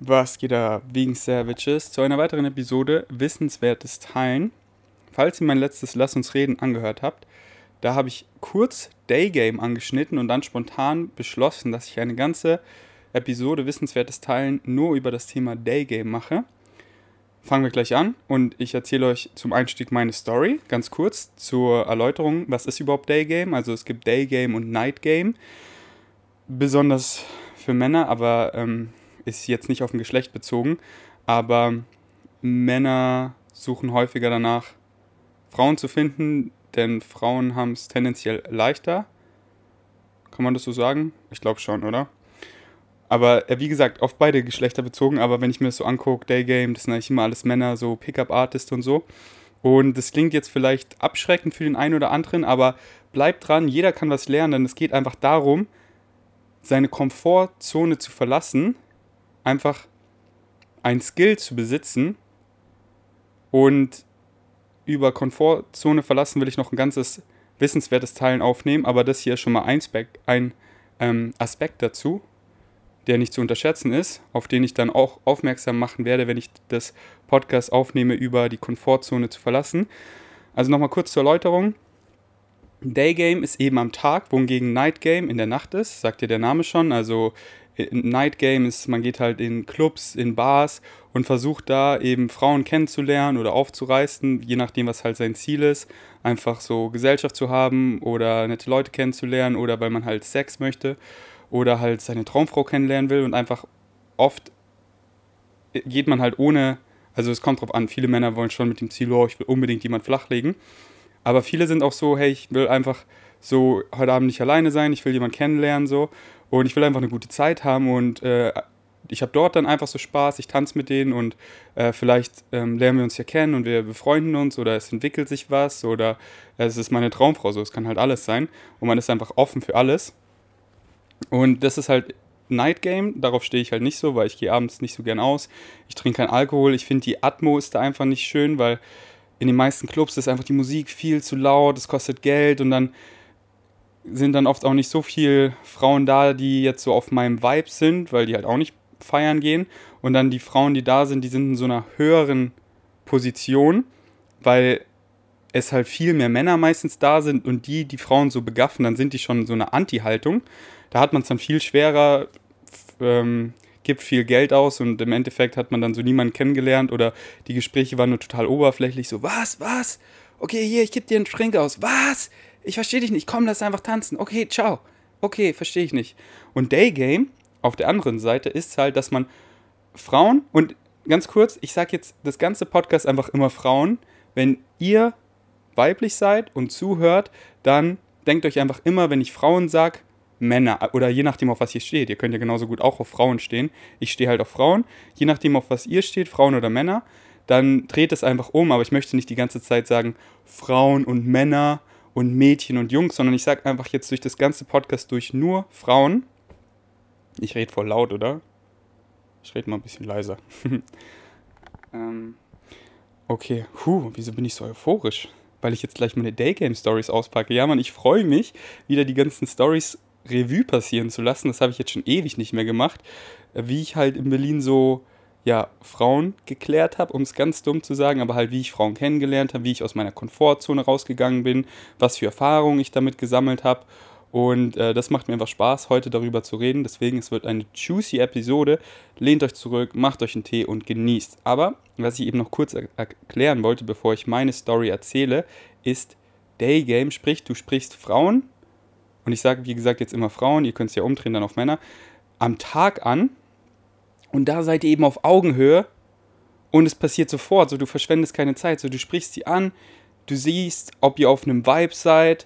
Was geht da wegen Savages zu einer weiteren Episode Wissenswertes Teilen. Falls ihr mein letztes Lass uns reden angehört habt, da habe ich kurz Daygame angeschnitten und dann spontan beschlossen, dass ich eine ganze Episode Wissenswertes Teilen nur über das Thema Daygame mache. Fangen wir gleich an und ich erzähle euch zum Einstieg meine Story, ganz kurz zur Erläuterung, was ist überhaupt Daygame. Also es gibt Daygame und Nightgame, besonders für Männer, aber ist jetzt nicht auf ein Geschlecht bezogen, aber Männer suchen häufiger danach, Frauen zu finden, denn Frauen haben es tendenziell leichter. Kann man das so sagen? Ich glaube schon, oder? Aber wie gesagt, auf beide Geschlechter bezogen, aber wenn ich mir das so angucke, Daygame, das sind eigentlich immer alles Männer, so Pickup-Artist und so. Und das klingt jetzt vielleicht abschreckend für den einen oder anderen, aber bleibt dran, jeder kann was lernen, denn es geht einfach darum, seine Komfortzone zu verlassen, einfach ein Skill zu besitzen. Und über Komfortzone verlassen will ich noch ein ganzes wissenswertes Teilen aufnehmen, aber das hier ist schon mal ein Aspekt dazu, der nicht zu unterschätzen ist, auf den ich dann auch aufmerksam machen werde, wenn ich das Podcast aufnehme, über die Komfortzone zu verlassen. Also nochmal kurz zur Erläuterung. Daygame ist eben am Tag, wohingegen Nightgame in der Nacht ist, sagt ja der Name schon. Also Nightgame ist, man geht halt in Clubs, in Bars und versucht da eben Frauen kennenzulernen oder aufzureißen, je nachdem, was halt sein Ziel ist. Einfach so Gesellschaft zu haben oder nette Leute kennenzulernen oder weil man halt Sex möchte oder halt seine Traumfrau kennenlernen will und einfach oft geht man halt ohne, also es kommt drauf an, viele Männer wollen schon mit dem Ziel, oh, ich will unbedingt jemand flachlegen. Aber viele sind auch so, hey, ich will einfach so heute Abend nicht alleine sein, ich will jemanden kennenlernen so und ich will einfach eine gute Zeit haben und ich habe dort dann einfach so Spaß, ich tanze mit denen und vielleicht lernen wir uns ja kennen und wir befreunden uns oder es entwickelt sich was oder es ist meine Traumfrau so, es kann halt alles sein und man ist einfach offen für alles. Und das ist halt Night Game, darauf stehe ich halt nicht so, weil ich gehe abends nicht so gern aus, ich trinke keinen Alkohol, ich finde die Atmo ist da einfach nicht schön, weil in den meisten Clubs ist einfach die Musik viel zu laut, es kostet Geld und dann sind dann oft auch nicht so viele Frauen da, die jetzt so auf meinem Vibe sind, weil die halt auch nicht feiern gehen. Und dann die Frauen, die da sind, die sind in so einer höheren Position, weil es halt viel mehr Männer meistens da sind und die Frauen so begaffen, dann sind die schon in so einer Anti-Haltung. Da hat man es dann viel schwerer, gibt viel Geld aus und im Endeffekt hat man dann so niemanden kennengelernt oder die Gespräche waren nur total oberflächlich, so was? Okay, hier, ich gebe dir einen Drink aus. Was? Ich verstehe dich nicht. Komm, lass einfach tanzen. Okay, ciao. Okay, verstehe ich nicht. Und Daygame auf der anderen Seite ist halt, dass man Frauen, und ganz kurz, ich sage jetzt das ganze Podcast einfach immer Frauen, wenn ihr weiblich seid und zuhört, dann denkt euch einfach immer, wenn ich Frauen sage, Männer, oder je nachdem, auf was ihr steht. Ihr könnt ja genauso gut auch auf Frauen stehen. Ich stehe halt auf Frauen. Je nachdem, auf was ihr steht, Frauen oder Männer, dann dreht es einfach um. Aber ich möchte nicht die ganze Zeit sagen, Frauen und Männer und Mädchen und Jungs, sondern ich sage einfach jetzt durch das ganze Podcast durch nur Frauen. Ich rede voll laut, oder? Ich rede mal ein bisschen leiser. Okay, wieso bin ich so euphorisch? Weil ich jetzt gleich meine Daygame-Stories auspacke. Ja, Mann, ich freue mich, wieder die ganzen Stories Revue passieren zu lassen. Das habe ich jetzt schon ewig nicht mehr gemacht. Wie ich halt in Berlin so, ja, Frauen geklärt habe, um es ganz dumm zu sagen, aber halt wie ich Frauen kennengelernt habe, wie ich aus meiner Komfortzone rausgegangen bin, was für Erfahrungen ich damit gesammelt habe. Und das macht mir einfach Spaß, heute darüber zu reden. Deswegen, es wird eine juicy Episode. Lehnt euch zurück, macht euch einen Tee und genießt. Aber, was ich eben noch kurz erklären wollte, bevor ich meine Story erzähle, ist Daygame, sprich, du sprichst Frauen, und ich sage, wie gesagt, jetzt immer Frauen, ihr könnt es ja umdrehen dann auf Männer, am Tag an und da seid ihr eben auf Augenhöhe und es passiert sofort, so du verschwendest keine Zeit, so du sprichst sie an, du siehst, ob ihr auf einem Vibe seid,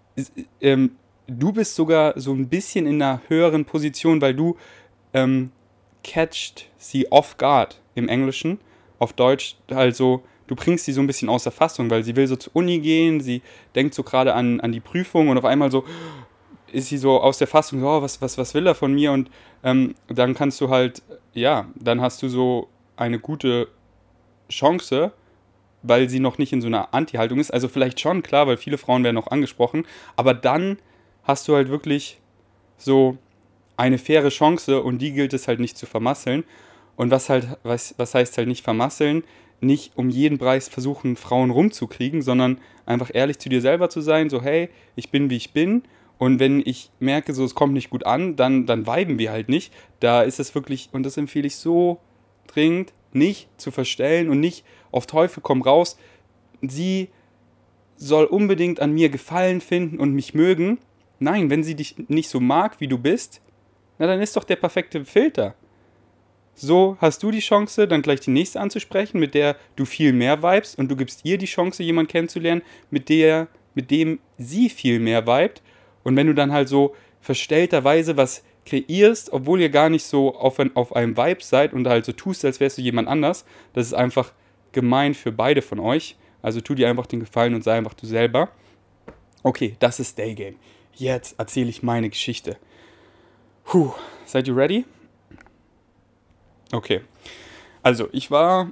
du bist sogar so ein bisschen in einer höheren Position, weil du catcht sie off guard im Englischen, auf Deutsch also du bringst sie so ein bisschen außer Fassung, weil sie will so zur Uni gehen, sie denkt so gerade an die Prüfung und auf einmal so ist sie so aus der Fassung, so, oh, was will er von mir? Und dann kannst du halt, ja, dann hast du so eine gute Chance, weil sie noch nicht in so einer Anti-Haltung ist. Also vielleicht schon, klar, weil viele Frauen werden auch angesprochen, aber dann hast du halt wirklich so eine faire Chance und die gilt es halt nicht zu vermasseln. Und was heißt halt nicht vermasseln? Nicht um jeden Preis versuchen, Frauen rumzukriegen, sondern einfach ehrlich zu dir selber zu sein, so hey, ich bin, wie ich bin. Und wenn ich merke, so es kommt nicht gut an, dann viben wir halt nicht. Da ist es wirklich, und das empfehle ich so dringend, nicht zu verstellen und nicht auf Teufel komm raus. Sie soll unbedingt an mir Gefallen finden und mich mögen. Nein, wenn sie dich nicht so mag, wie du bist, na dann ist doch der perfekte Filter. So hast du die Chance, dann gleich die nächste anzusprechen, mit der du viel mehr vibest und du gibst ihr die Chance, jemanden kennenzulernen, mit dem sie viel mehr vibet. Und wenn du dann halt so verstellterweise was kreierst, obwohl ihr gar nicht so auf einem Vibe seid und halt so tust, als wärst du jemand anders, das ist einfach gemein für beide von euch. Also tu dir einfach den Gefallen und sei einfach du selber. Okay, das ist Daygame. Jetzt erzähle ich meine Geschichte. Seid ihr ready? Okay. Also, ich war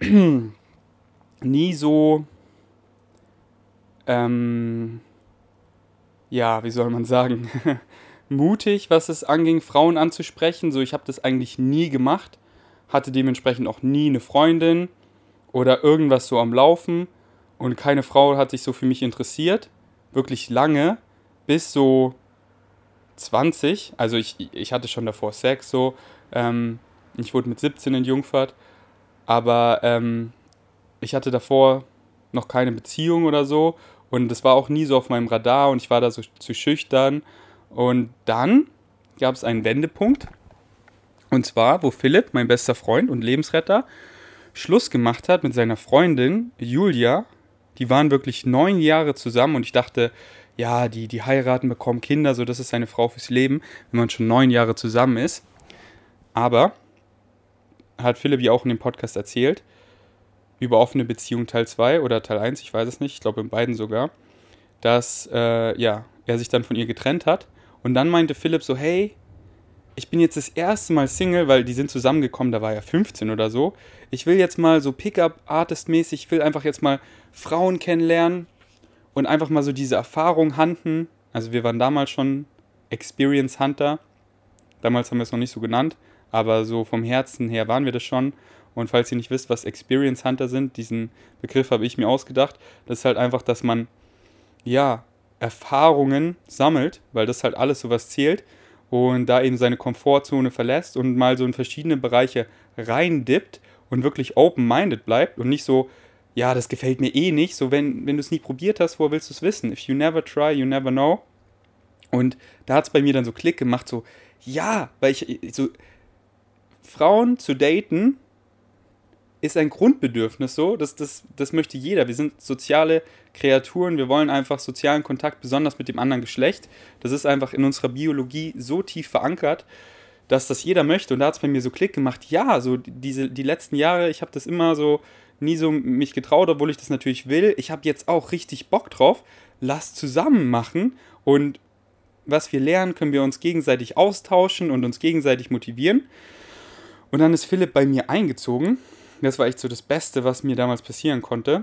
nie so, ja, wie soll man sagen, mutig, was es anging, Frauen anzusprechen. So, ich habe das eigentlich nie gemacht, hatte dementsprechend auch nie eine Freundin oder irgendwas so am Laufen und keine Frau hat sich so für mich interessiert, wirklich lange, bis so 20, also ich hatte schon davor Sex so, ich wurde mit 17 entjungfert, aber ich hatte davor noch keine Beziehung oder so und das war auch nie so auf meinem Radar und ich war da so zu schüchtern und dann gab es einen Wendepunkt und zwar, wo Philipp, mein bester Freund und Lebensretter, Schluss gemacht hat mit seiner Freundin Julia. Die waren wirklich 9 Jahre zusammen und ich dachte, ja, die heiraten, bekommen Kinder, so das ist eine Frau fürs Leben, wenn man schon 9 Jahre zusammen ist. Aber, hat Philipp ja auch in dem Podcast erzählt, über offene Beziehung Teil 2 oder Teil 1, ich weiß es nicht, ich glaube in beiden sogar, dass ja, er sich dann von ihr getrennt hat. Und dann meinte Philipp so, hey, ich bin jetzt das erste Mal Single, weil die sind zusammengekommen, da war er 15 oder so. Ich will jetzt mal so Pickup-Artist-mäßig, ich will einfach jetzt mal Frauen kennenlernen und einfach mal so diese Erfahrung hunten. Also wir waren damals schon Experience Hunter. Damals haben wir es noch nicht so genannt, aber so vom Herzen her waren wir das schon. Und falls ihr nicht wisst, was Experience Hunter sind, diesen Begriff habe ich mir ausgedacht. Das ist halt einfach, dass man, ja, Erfahrungen sammelt, weil das halt alles sowas zählt und da eben seine Komfortzone verlässt und mal so in verschiedene Bereiche reindippt und wirklich open-minded bleibt und nicht so, ja, das gefällt mir eh nicht, so wenn du es nie probiert hast, woher willst du es wissen? If you never try, you never know. Und da hat es bei mir dann so Klick gemacht, so, ja, weil so, Frauen zu daten ist ein Grundbedürfnis so, das möchte jeder. Wir sind soziale Kreaturen, wir wollen einfach sozialen Kontakt, besonders mit dem anderen Geschlecht. Das ist einfach in unserer Biologie so tief verankert, dass das jeder möchte. Und da hat es bei mir so Klick gemacht, ja, so die letzten Jahre, ich habe das immer so nie so mich getraut, obwohl ich das natürlich will. Ich habe jetzt auch richtig Bock drauf, lass zusammen machen und was wir lernen, können wir uns gegenseitig austauschen und uns gegenseitig motivieren. Und dann ist Philipp bei mir eingezogen. Das war echt so das Beste, was mir damals passieren konnte,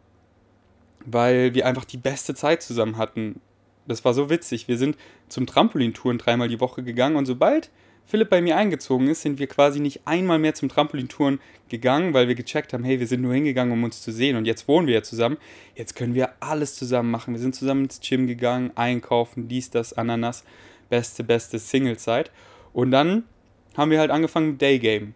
weil wir einfach die beste Zeit zusammen hatten. Das war so witzig. Wir sind zum Trampolintouren 3-mal die Woche gegangen und sobald Philipp bei mir eingezogen ist, sind wir quasi nicht einmal mehr zum Trampolintouren gegangen, weil wir gecheckt haben, hey, wir sind nur hingegangen, um uns zu sehen und jetzt wohnen wir ja zusammen. Jetzt können wir alles zusammen machen. Wir sind zusammen ins Gym gegangen, einkaufen, dies, das, Ananas. Beste Single-Zeit. Und dann haben wir halt angefangen mit Daygame.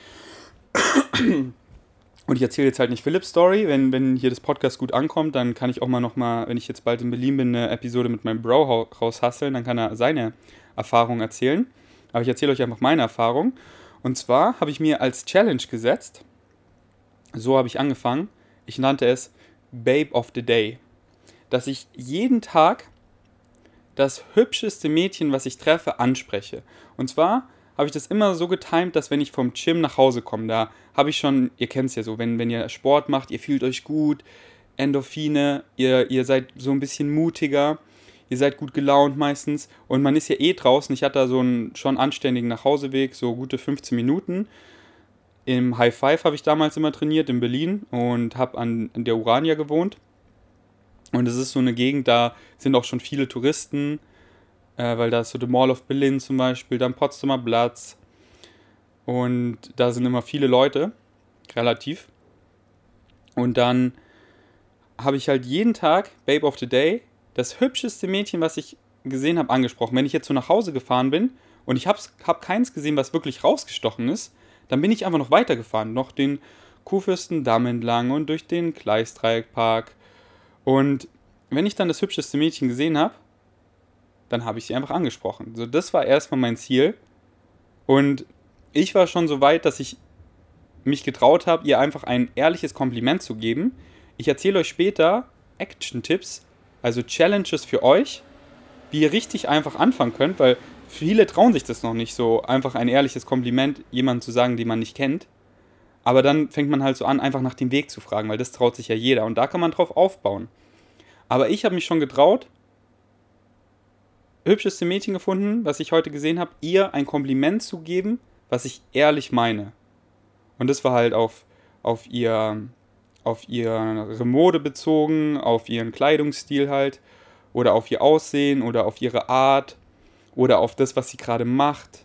Und ich erzähle jetzt halt nicht Philipps Story. Wenn hier das Podcast gut ankommt, dann kann ich auch mal, wenn ich jetzt bald in Berlin bin, eine Episode mit meinem Bro raushasseln. Dann kann er seine Erfahrung erzählen. Aber ich erzähle euch einfach meine Erfahrung. Und zwar habe ich mir als Challenge gesetzt, so habe ich angefangen, ich nannte es Babe of the Day, dass ich jeden Tag das hübscheste Mädchen, was ich treffe, anspreche. Und zwar habe ich das immer so getimt, dass wenn ich vom Gym nach Hause komme, da habe ich schon, ihr kennt es ja so, wenn ihr Sport macht, ihr fühlt euch gut, Endorphine, ihr seid so ein bisschen mutiger, ihr seid gut gelaunt meistens und man ist ja eh draußen. Ich hatte da so einen schon anständigen Nachhauseweg, so gute 15 Minuten. Im High Five habe ich damals immer trainiert in Berlin und habe an der Urania gewohnt. Und es ist so eine Gegend, da sind auch schon viele Touristen, weil da ist so die Mall of Berlin zum Beispiel, dann Potsdamer Platz. Und da sind immer viele Leute, relativ. Und dann habe ich halt jeden Tag Babe of the Day, das hübscheste Mädchen, was ich gesehen habe, angesprochen. Wenn ich jetzt so nach Hause gefahren bin und ich hab keins gesehen, was wirklich rausgestochen ist, dann bin ich einfach noch weitergefahren. Noch den Kurfürstendamm entlang und durch den Gleisdreieckpark. Und wenn ich dann das hübscheste Mädchen gesehen habe, dann habe ich sie einfach angesprochen. So, das war erstmal mein Ziel. Und ich war schon so weit, dass ich mich getraut habe, ihr einfach ein ehrliches Kompliment zu geben. Ich erzähle euch später Action-Tipps, also Challenges für euch, wie ihr richtig einfach anfangen könnt, weil viele trauen sich das noch nicht so, einfach ein ehrliches Kompliment jemandem zu sagen, den man nicht kennt. Aber dann fängt man halt so an, einfach nach dem Weg zu fragen, weil das traut sich ja jeder und da kann man drauf aufbauen. Aber ich habe mich schon getraut, hübscheste Mädchen gefunden, was ich heute gesehen habe, ihr ein Kompliment zu geben, was ich ehrlich meine. Und das war halt auf ihre Mode bezogen, auf ihren Kleidungsstil halt, oder auf ihr Aussehen, oder auf ihre Art, oder auf das, was sie gerade macht.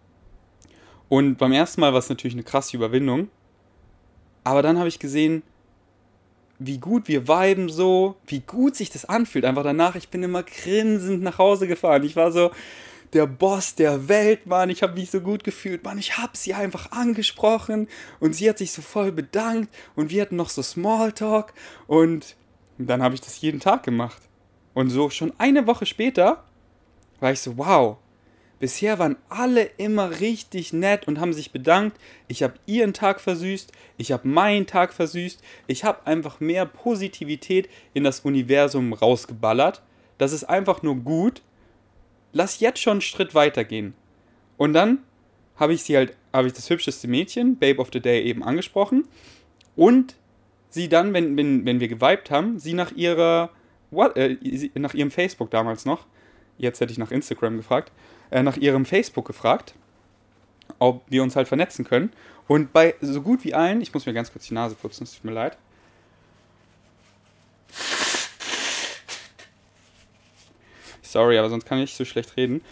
Und beim ersten Mal war es natürlich eine krasse Überwindung. Aber dann habe ich gesehen, wie gut wir viben so, wie gut sich das anfühlt. Einfach danach, ich bin immer grinsend nach Hause gefahren. Ich war so der Boss der Welt, Mann. Ich habe mich so gut gefühlt, Mann. Ich habe sie einfach angesprochen und sie hat sich so voll bedankt und wir hatten noch so Smalltalk und dann habe ich das jeden Tag gemacht. Und so schon eine Woche später war ich so, wow. Bisher waren alle immer richtig nett und haben sich bedankt. Ich habe ihren Tag versüßt, ich habe meinen Tag versüßt. Ich habe einfach mehr Positivität in das Universum rausgeballert. Das ist einfach nur gut. Lass jetzt schon einen Schritt weitergehen. Und dann habe ich das hübscheste Mädchen, Babe of the Day, eben angesprochen. Und sie dann, wenn wir geweibt haben, sie nach ihrem Facebook damals noch, jetzt hätte ich nach Instagram gefragt, nach ihrem Facebook gefragt, ob wir uns halt vernetzen können. Und bei so gut wie allen, ich muss mir ganz kurz die Nase putzen, es tut mir leid. Sorry, aber sonst kann ich nicht so schlecht reden.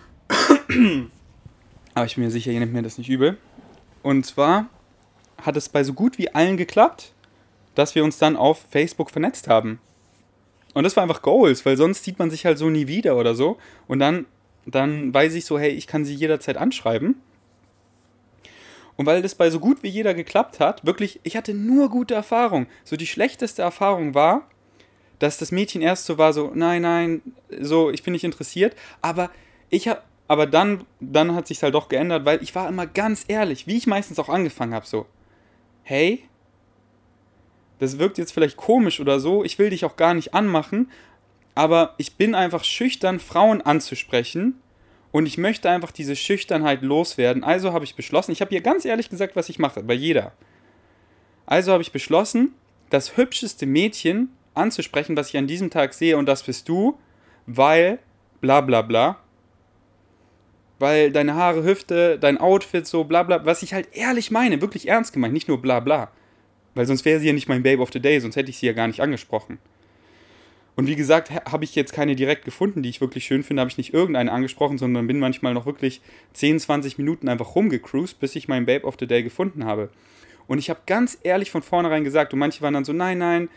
Aber ich bin mir sicher, ihr nehmt mir das nicht übel. Und zwar hat es bei so gut wie allen geklappt, dass wir uns dann auf Facebook vernetzt haben. Und das war einfach Goals, weil sonst sieht man sich halt so nie wieder oder so. Und dann weiß ich so, hey, ich kann sie jederzeit anschreiben. Und weil das bei so gut wie jeder geklappt hat, wirklich, ich hatte nur gute Erfahrungen. So die schlechteste Erfahrung war, dass das Mädchen erst so war, so, nein, so, ich bin nicht interessiert. Aber dann hat sich's halt doch geändert, weil ich war immer ganz ehrlich, wie ich meistens auch angefangen habe, so, hey, das wirkt jetzt vielleicht komisch oder so, ich will dich auch gar nicht anmachen, aber ich bin einfach schüchtern, Frauen anzusprechen und ich möchte einfach diese Schüchternheit loswerden. Also habe ich beschlossen, ich habe ihr ganz ehrlich gesagt, was ich mache, bei jeder. Also habe ich beschlossen, das hübscheste Mädchen anzusprechen, was ich an diesem Tag sehe, und das bist du, weil bla bla bla. Weil deine Haare, Hüfte, dein Outfit, so bla bla, was ich halt ehrlich meine, wirklich ernst gemeint, nicht nur bla bla. Weil sonst wäre sie ja nicht mein Babe of the Day, sonst hätte ich sie ja gar nicht angesprochen. Und wie gesagt, habe ich jetzt keine direkt gefunden, die ich wirklich schön finde, habe ich nicht irgendeine angesprochen, sondern bin manchmal noch wirklich 10, 20 Minuten einfach rumgecruised, bis ich meinen Babe of the Day gefunden habe. Und ich habe ganz ehrlich von vornherein gesagt, und manche waren dann so, nein,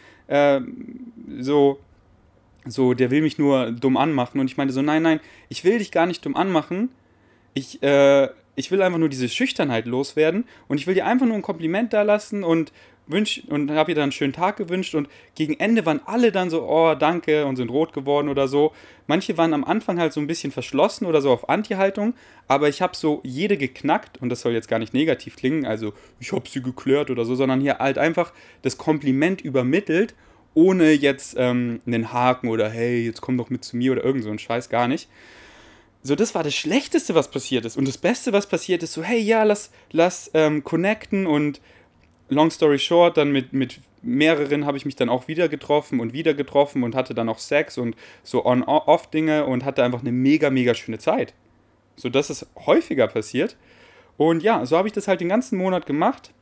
so, der will mich nur dumm anmachen. Und ich meinte so, nein, ich will dich gar nicht dumm anmachen. Ich will einfach nur diese Schüchternheit loswerden und ich will dir einfach nur ein Kompliment da lassen und habe ihr dann einen schönen Tag gewünscht, und gegen Ende waren alle dann so, oh, danke, und sind rot geworden oder so. Manche waren am Anfang halt so ein bisschen verschlossen oder so auf Anti-Haltung, aber ich habe so jede geknackt, und das soll jetzt gar nicht negativ klingen, also ich habe sie geklärt oder so, sondern hier halt einfach das Kompliment übermittelt, ohne jetzt einen Haken oder hey, jetzt komm doch mit zu mir oder irgend so ein Scheiß, gar nicht. So, das war das Schlechteste, was passiert ist. Und das Beste, was passiert ist, so, hey, ja, lass connecten, und long story short, dann mit mehreren habe ich mich dann auch wieder getroffen und hatte dann auch Sex und so On-Off-Dinge und hatte einfach eine mega, mega schöne Zeit. So, das ist häufiger passiert. Und ja, so habe ich das halt den ganzen Monat gemacht.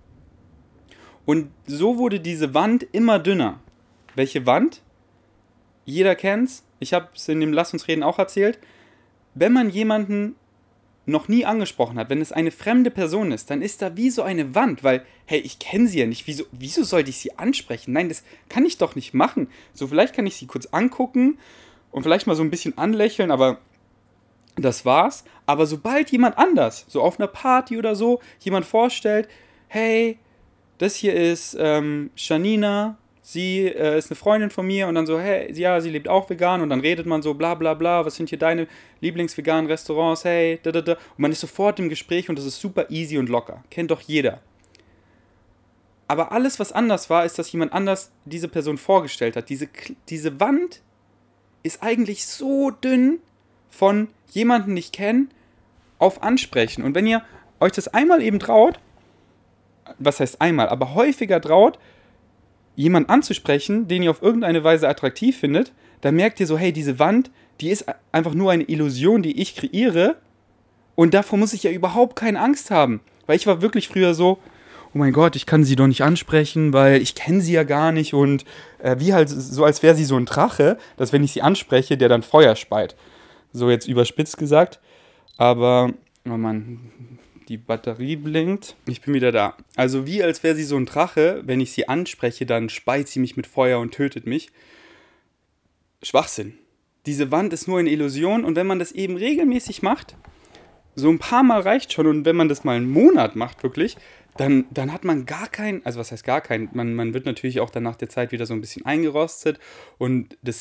Und so wurde diese Wand immer dünner. Welche Wand? Jeder kennt's. Ich habe es in dem Lass uns reden auch erzählt. Wenn man jemanden noch nie angesprochen hat, wenn es eine fremde Person ist, dann ist da wie so eine Wand, weil, hey, ich kenne sie ja nicht, wieso sollte ich sie ansprechen? Nein, das kann ich doch nicht machen. So, vielleicht kann ich sie kurz angucken und vielleicht mal so ein bisschen anlächeln, aber das war's. Aber sobald jemand anders, so auf einer Party oder so, jemand vorstellt, hey, das hier ist Janina, sie ist eine Freundin von mir und dann so, hey, ja, sie lebt auch vegan und dann redet man so, bla bla bla, was sind hier deine Lieblingsveganen Restaurants, hey, da da da. Und man ist sofort im Gespräch und das ist super easy und locker. Kennt doch jeder. Aber alles, was anders war, ist, dass jemand anders diese Person vorgestellt hat. Diese Wand ist eigentlich so dünn von jemanden nicht kennen auf Ansprechen. Und wenn ihr euch das einmal eben traut, was heißt einmal, aber häufiger traut, jemanden anzusprechen, den ihr auf irgendeine Weise attraktiv findet, dann merkt ihr so, hey, diese Wand, die ist einfach nur eine Illusion, die ich kreiere und davor muss ich ja überhaupt keine Angst haben. Weil ich war wirklich früher so, oh mein Gott, ich kann sie doch nicht ansprechen, weil ich kenne sie ja gar nicht und wie halt so, als wäre sie so ein Drache, dass wenn ich sie anspreche, der dann Feuer speit. So jetzt überspitzt gesagt, aber, oh Mann, die Batterie blinkt. Ich bin wieder da. Also wie als wäre sie so ein Drache, wenn ich sie anspreche, dann speit sie mich mit Feuer und tötet mich. Schwachsinn. Diese Wand ist nur eine Illusion und wenn man das eben regelmäßig macht, so ein paar Mal reicht schon und wenn man das mal einen Monat macht wirklich, dann hat man gar keinen, also was heißt gar keinen, man wird natürlich auch dann nach der Zeit wieder so ein bisschen eingerostet und das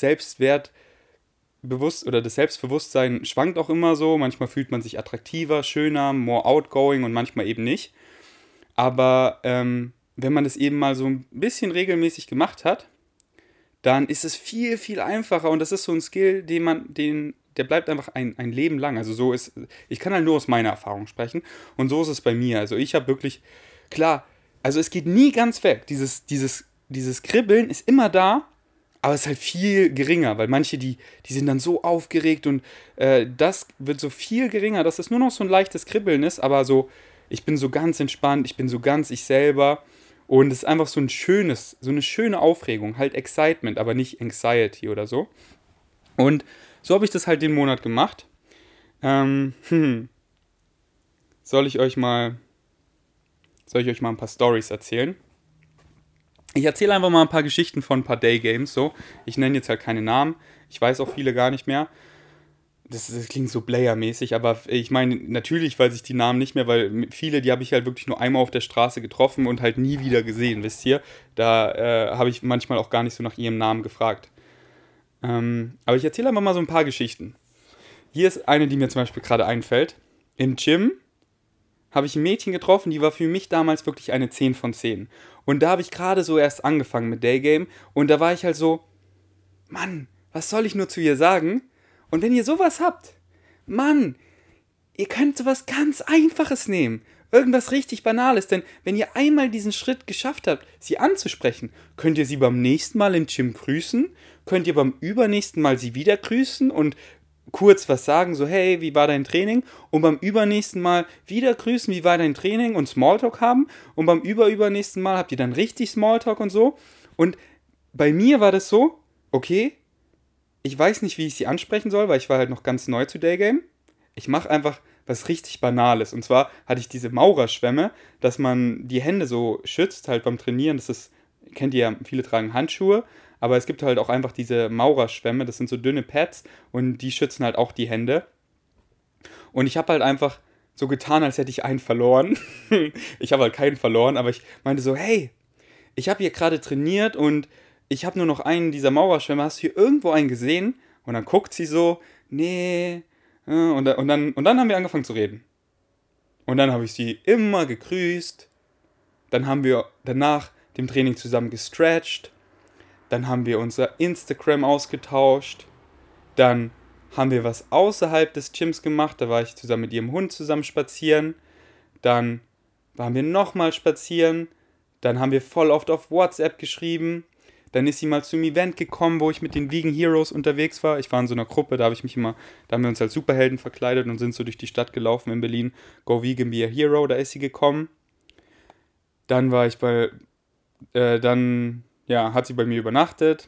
Selbstbewusstsein schwankt auch immer so. Manchmal fühlt man sich attraktiver, schöner, more outgoing und manchmal eben nicht. Aber wenn man das eben mal so ein bisschen regelmäßig gemacht hat, dann ist es viel, viel einfacher und das ist so ein Skill, der bleibt einfach ein Leben lang. Also so ist, ich kann halt nur aus meiner Erfahrung sprechen und so ist es bei mir. Also ich habe wirklich, klar, also es geht nie ganz weg. Dieses Kribbeln ist immer da, aber es ist halt viel geringer, weil manche, die sind dann so aufgeregt und das wird so viel geringer, dass es nur noch so ein leichtes Kribbeln ist, aber so, ich bin so ganz entspannt, ich bin so ganz ich selber und es ist einfach so eine schöne Aufregung, halt Excitement, aber nicht Anxiety oder so. Und so habe ich das halt den Monat gemacht. Ähm, hm, soll ich euch mal ein paar Stories erzählen? Ich erzähle einfach mal ein paar Geschichten von ein paar Daygames, so. Ich nenne jetzt halt keine Namen. Ich weiß auch viele gar nicht mehr. Das klingt so Blair-mäßig, aber ich meine, natürlich weiß ich die Namen nicht mehr, weil viele, die habe ich halt wirklich nur einmal auf der Straße getroffen und halt nie wieder gesehen, wisst ihr? Da habe ich manchmal auch gar nicht so nach ihrem Namen gefragt. Aber ich erzähle einfach mal so ein paar Geschichten. Hier ist eine, die mir zum Beispiel gerade einfällt. Im Gym habe ich ein Mädchen getroffen, die war für mich damals wirklich eine 10 von 10. Und da habe ich gerade so erst angefangen mit Daygame und da war ich halt so, Mann, was soll ich nur zu ihr sagen? Und wenn ihr sowas habt, Mann, ihr könnt sowas ganz Einfaches nehmen. Irgendwas richtig Banales, denn wenn ihr einmal diesen Schritt geschafft habt, sie anzusprechen, könnt ihr sie beim nächsten Mal im Gym grüßen, könnt ihr beim übernächsten Mal sie wieder grüßen und kurz was sagen, so hey, wie war dein Training? Und beim übernächsten Mal wieder grüßen, wie war dein Training und Smalltalk haben. Und beim übernächsten Mal habt ihr dann richtig Smalltalk und so. Und bei mir war das so, okay, ich weiß nicht, wie ich sie ansprechen soll, weil ich war halt noch ganz neu zu Daygame. Ich mache einfach was richtig Banales. Und zwar hatte ich diese Maurerschwämme, dass man die Hände so schützt, halt beim Trainieren. Das ist, kennt ihr ja, viele tragen Handschuhe, aber es gibt halt auch einfach diese Maurerschwämme, das sind so dünne Pads und die schützen halt auch die Hände. Und ich habe halt einfach so getan, als hätte ich einen verloren. Ich habe halt keinen verloren, aber ich meinte so, hey, ich habe hier gerade trainiert und ich habe nur noch einen dieser Maurerschwämme, hast du hier irgendwo einen gesehen? Und dann guckt sie so, nee, und dann haben wir angefangen zu reden. Und dann habe ich sie immer gegrüßt. Dann haben wir danach dem Training zusammen gestretcht. Dann haben wir unser Instagram ausgetauscht. Dann haben wir was außerhalb des Gyms gemacht. Da war ich zusammen mit ihrem Hund zusammen spazieren. Dann waren wir nochmal spazieren. Dann haben wir voll oft auf WhatsApp geschrieben. Dann ist sie mal zum Event gekommen, wo ich mit den Vegan Heroes unterwegs war. Ich war in so einer Gruppe, da haben wir uns als Superhelden verkleidet und sind so durch die Stadt gelaufen in Berlin. Go Vegan, be a Hero, da ist sie gekommen. Dann hat sie bei mir übernachtet.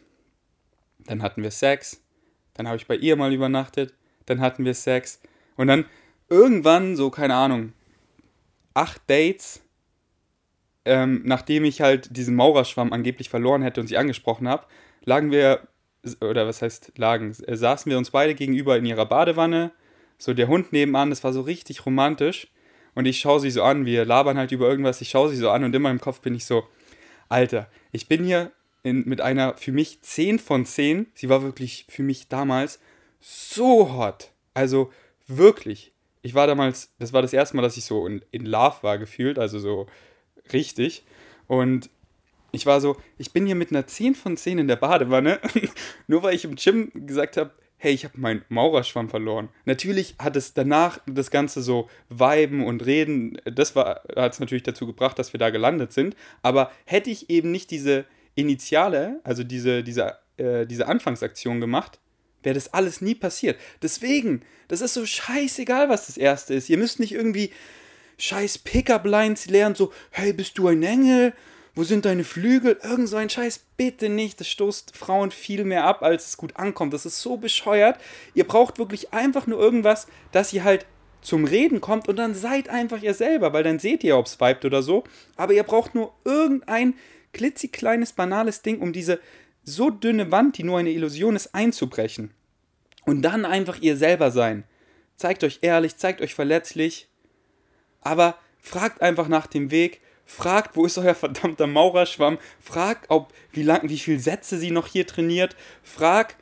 Dann hatten wir Sex. Dann habe ich bei ihr mal übernachtet. Dann hatten wir Sex. Und dann irgendwann, so, keine Ahnung, 8 Dates, nachdem ich halt diesen Maurerschwamm angeblich verloren hätte und sie angesprochen habe, lagen wir, oder was heißt lagen, saßen wir uns beide gegenüber in ihrer Badewanne, so der Hund nebenan, das war so richtig romantisch. Und ich schaue sie so an, wir labern halt über irgendwas, ich schaue sie so an und in meinem Kopf bin ich so, Alter, ich bin hier mit einer für mich 10 von 10, sie war wirklich für mich damals so hot. Also wirklich. Ich war damals, das war das erste Mal, dass ich so in Love war gefühlt, also so richtig. Und ich war so, ich bin hier mit einer 10 von 10 in der Badewanne, nur weil ich im Gym gesagt habe, hey, ich habe meinen Maurerschwamm verloren. Natürlich hat es danach das Ganze so Viben und Reden, das hat es natürlich dazu gebracht, dass wir da gelandet sind. Aber hätte ich eben nicht diese Initiale, also diese Anfangsaktion gemacht, wäre das alles nie passiert. Deswegen, das ist so scheißegal, was das Erste ist. Ihr müsst nicht irgendwie scheiß Pickup-Lines lernen, so, hey, bist du ein Engel? Wo sind deine Flügel? Irgend so ein Scheiß, bitte nicht. Das stoßt Frauen viel mehr ab, als es gut ankommt. Das ist so bescheuert. Ihr braucht wirklich einfach nur irgendwas, dass ihr halt zum Reden kommt und dann seid einfach ihr selber, weil dann seht ihr, ob es vibet oder so. Aber ihr braucht nur irgendein klitzekleines, banales Ding, um diese so dünne Wand, die nur eine Illusion ist, einzubrechen. Und dann einfach ihr selber sein. Zeigt euch ehrlich, zeigt euch verletzlich. Aber fragt einfach nach dem Weg, fragt, wo ist euer verdammter Maurerschwamm, fragt, wie viele Sätze sie noch hier trainiert, fragt,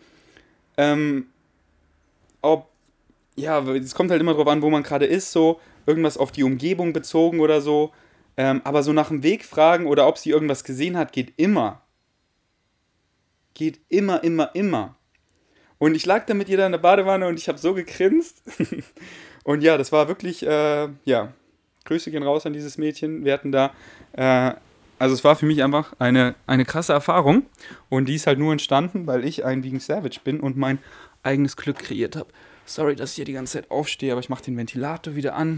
ob, ja, es kommt halt immer drauf an, wo man gerade ist, so, irgendwas auf die Umgebung bezogen oder so, aber so nach dem Weg fragen oder ob sie irgendwas gesehen hat, geht immer. Geht immer, immer, immer. Und ich lag da mit ihr da in der Badewanne und ich habe so gegrinst. Und ja, das war wirklich, ja, Grüße gehen raus an dieses Mädchen. Wir hatten da, also es war für mich einfach eine krasse Erfahrung. Und die ist halt nur entstanden, weil ich ein Vegan Savage bin und mein eigenes Glück kreiert habe. Sorry, dass ich hier die ganze Zeit aufstehe, aber ich mache den Ventilator wieder an.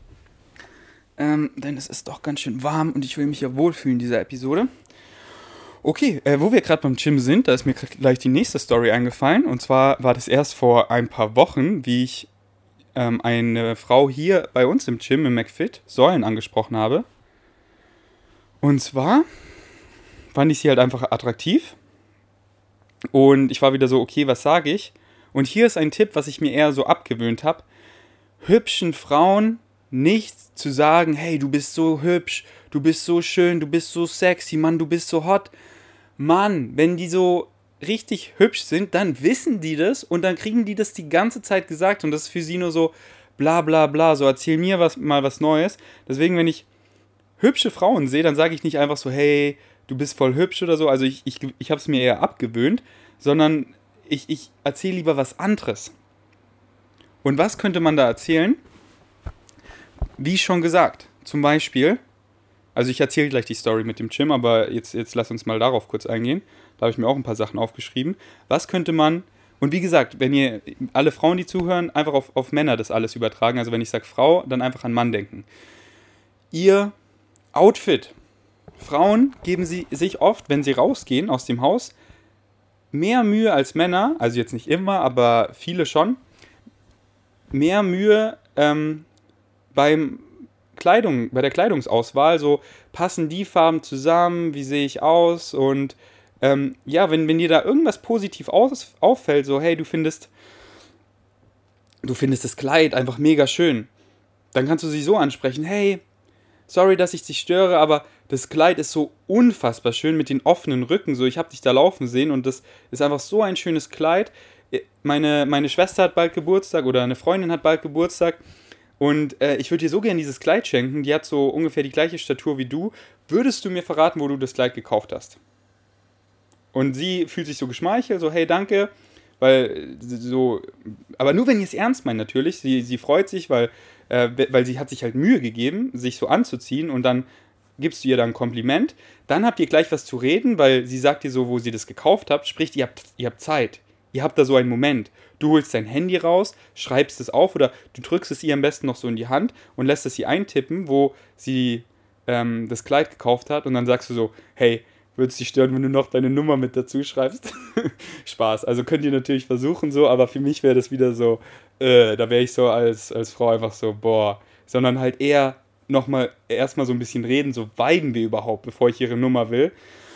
Denn es ist doch ganz schön warm und ich will mich ja wohlfühlen in dieser Episode. Okay, wo wir gerade beim Gym sind, da ist mir gleich die nächste Story eingefallen. Und zwar war das erst vor ein paar Wochen, wie ich eine Frau hier bei uns im Gym, im McFit, Säulen angesprochen habe. Und zwar fand ich sie halt einfach attraktiv. Und ich war wieder so, okay, was sage ich? Und hier ist ein Tipp, was ich mir eher so abgewöhnt habe. Hübschen Frauen nicht zu sagen, hey, du bist so hübsch, du bist so schön, du bist so sexy, Mann, du bist so hot. Mann, wenn die so richtig hübsch sind, dann wissen die das und dann kriegen die das die ganze Zeit gesagt und das ist für sie nur so bla bla bla, so erzähl mir mal was Neues. Deswegen, wenn ich hübsche Frauen sehe, dann sage ich nicht einfach so, hey, du bist voll hübsch oder so, also ich habe es mir eher abgewöhnt, sondern ich erzähle lieber was anderes. Und was könnte man da erzählen? Wie schon gesagt, zum Beispiel, also ich erzähle gleich die Story mit dem Gym, aber jetzt lass uns mal darauf kurz eingehen. Da habe ich mir auch ein paar Sachen aufgeschrieben. Was könnte man, und wie gesagt, wenn ihr alle Frauen, die zuhören, einfach auf Männer das alles übertragen, also wenn ich sage Frau, dann einfach an Mann denken. Ihr Outfit. Frauen geben sie sich oft, wenn sie rausgehen aus dem Haus, mehr Mühe als Männer, also jetzt nicht immer, aber viele schon, mehr Mühe bei der Kleidungsauswahl, so passen die Farben zusammen, wie sehe ich aus und ja, wenn dir da irgendwas positiv auffällt, so hey, du findest das Kleid einfach mega schön, dann kannst du sie so ansprechen, hey, sorry, dass ich dich störe, aber das Kleid ist so unfassbar schön mit den offenen Rücken, so ich habe dich da laufen sehen und das ist einfach so ein schönes Kleid. Meine Schwester hat bald Geburtstag oder eine Freundin hat bald Geburtstag und ich würde dir so gerne dieses Kleid schenken, die hat so ungefähr die gleiche Statur wie du. Würdest du mir verraten, wo du das Kleid gekauft hast? Und sie fühlt sich so geschmeichelt, so hey, danke, weil so, aber nur wenn ihr es ernst meint natürlich, sie freut sich, weil sie hat sich halt Mühe gegeben, sich so anzuziehen und dann gibst du ihr dann ein Kompliment, dann habt ihr gleich was zu reden, weil sie sagt dir so, wo sie das gekauft habt, sprich, ihr habt Zeit. Ihr habt da so einen Moment. Du holst dein Handy raus, schreibst es auf oder du drückst es ihr am besten noch so in die Hand und lässt es ihr eintippen, wo sie das Kleid gekauft hat und dann sagst du so, hey, würde es dich stören, wenn du noch deine Nummer mit dazu schreibst? Spaß. Also könnt ihr natürlich versuchen so, aber für mich wäre das wieder so, da wäre ich so als Frau einfach so, boah. Sondern halt eher nochmal erstmal so ein bisschen reden, so viben wir überhaupt, bevor ich ihre Nummer will.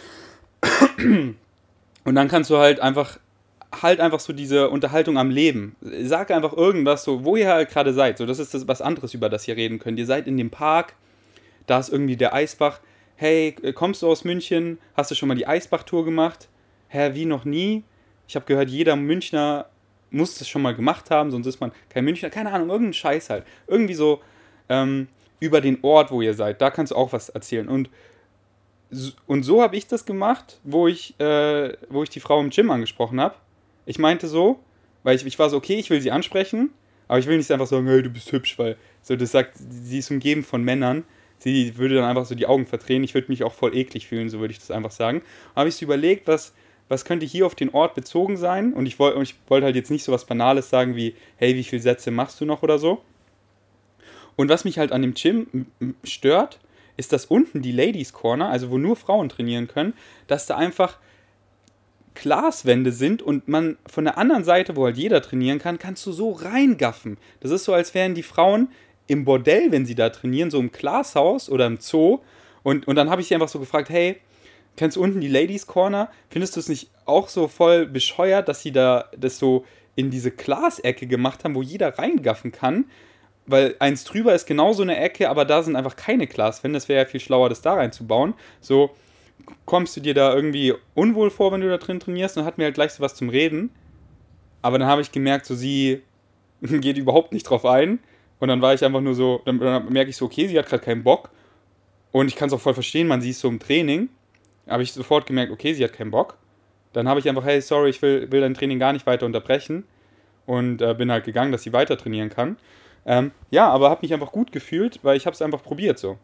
Und dann kannst du halt einfach so diese Unterhaltung am Leben. Sag einfach irgendwas, so, wo ihr halt gerade seid. So, das ist das was anderes, über das ihr reden könnt. Ihr seid in dem Park, da ist irgendwie der Eisbach. Hey, kommst du aus München? Hast du schon mal die Eisbach-Tour gemacht? Hä, wie noch nie? Ich habe gehört, jeder Münchner muss das schon mal gemacht haben, sonst ist man kein Münchner. Keine Ahnung, irgendein Scheiß halt. Irgendwie so über den Ort, wo ihr seid. Da kannst du auch was erzählen. Und so habe ich das gemacht, wo ich die Frau im Gym angesprochen habe. Ich meinte so, weil ich war so, okay, ich will sie ansprechen, aber ich will nicht einfach sagen, hey, du bist hübsch, weil so das sagt, sie ist umgeben von Männern. Sie würde dann einfach so die Augen verdrehen. Ich würde mich auch voll eklig fühlen, so würde ich das einfach sagen. Habe ich so überlegt, was könnte hier auf den Ort bezogen sein? Und ich wollte halt jetzt nicht so was Banales sagen wie, hey, wie viele Sätze machst du noch oder so. Und was mich halt an dem Gym stört, ist, dass unten die Ladies Corner, also wo nur Frauen trainieren können, dass da einfach Glaswände sind und man von der anderen Seite, wo halt jeder trainieren kann, kannst du so reingaffen. Das ist so, als wären die Frauen im Bordell, wenn sie da trainieren, so im Glashaus oder im Zoo. Und dann habe ich sie einfach so gefragt, hey, kennst du unten die Ladies Corner? Findest du es nicht auch so voll bescheuert, dass sie da das so in diese Glasecke gemacht haben, wo jeder reingaffen kann? Weil eins drüber ist genauso eine Ecke, aber da sind einfach keine Glaswände. Das wäre ja viel schlauer, das da reinzubauen. So, kommst du dir da irgendwie unwohl vor, wenn du da drin trainierst? Und hat mir halt gleich so was zum Reden. Aber dann habe ich gemerkt, so sie geht überhaupt nicht drauf ein. Und dann war ich einfach nur so, dann merke ich so, okay, sie hat gerade keinen Bock. Und ich kann es auch voll verstehen, man sieht es so im Training. Habe ich sofort gemerkt, okay, sie hat keinen Bock. Dann habe ich einfach, hey, sorry, ich will dein Training gar nicht weiter unterbrechen. Und bin halt gegangen, dass sie weiter trainieren kann. Ja, aber habe mich einfach gut gefühlt, weil ich habe es einfach probiert so.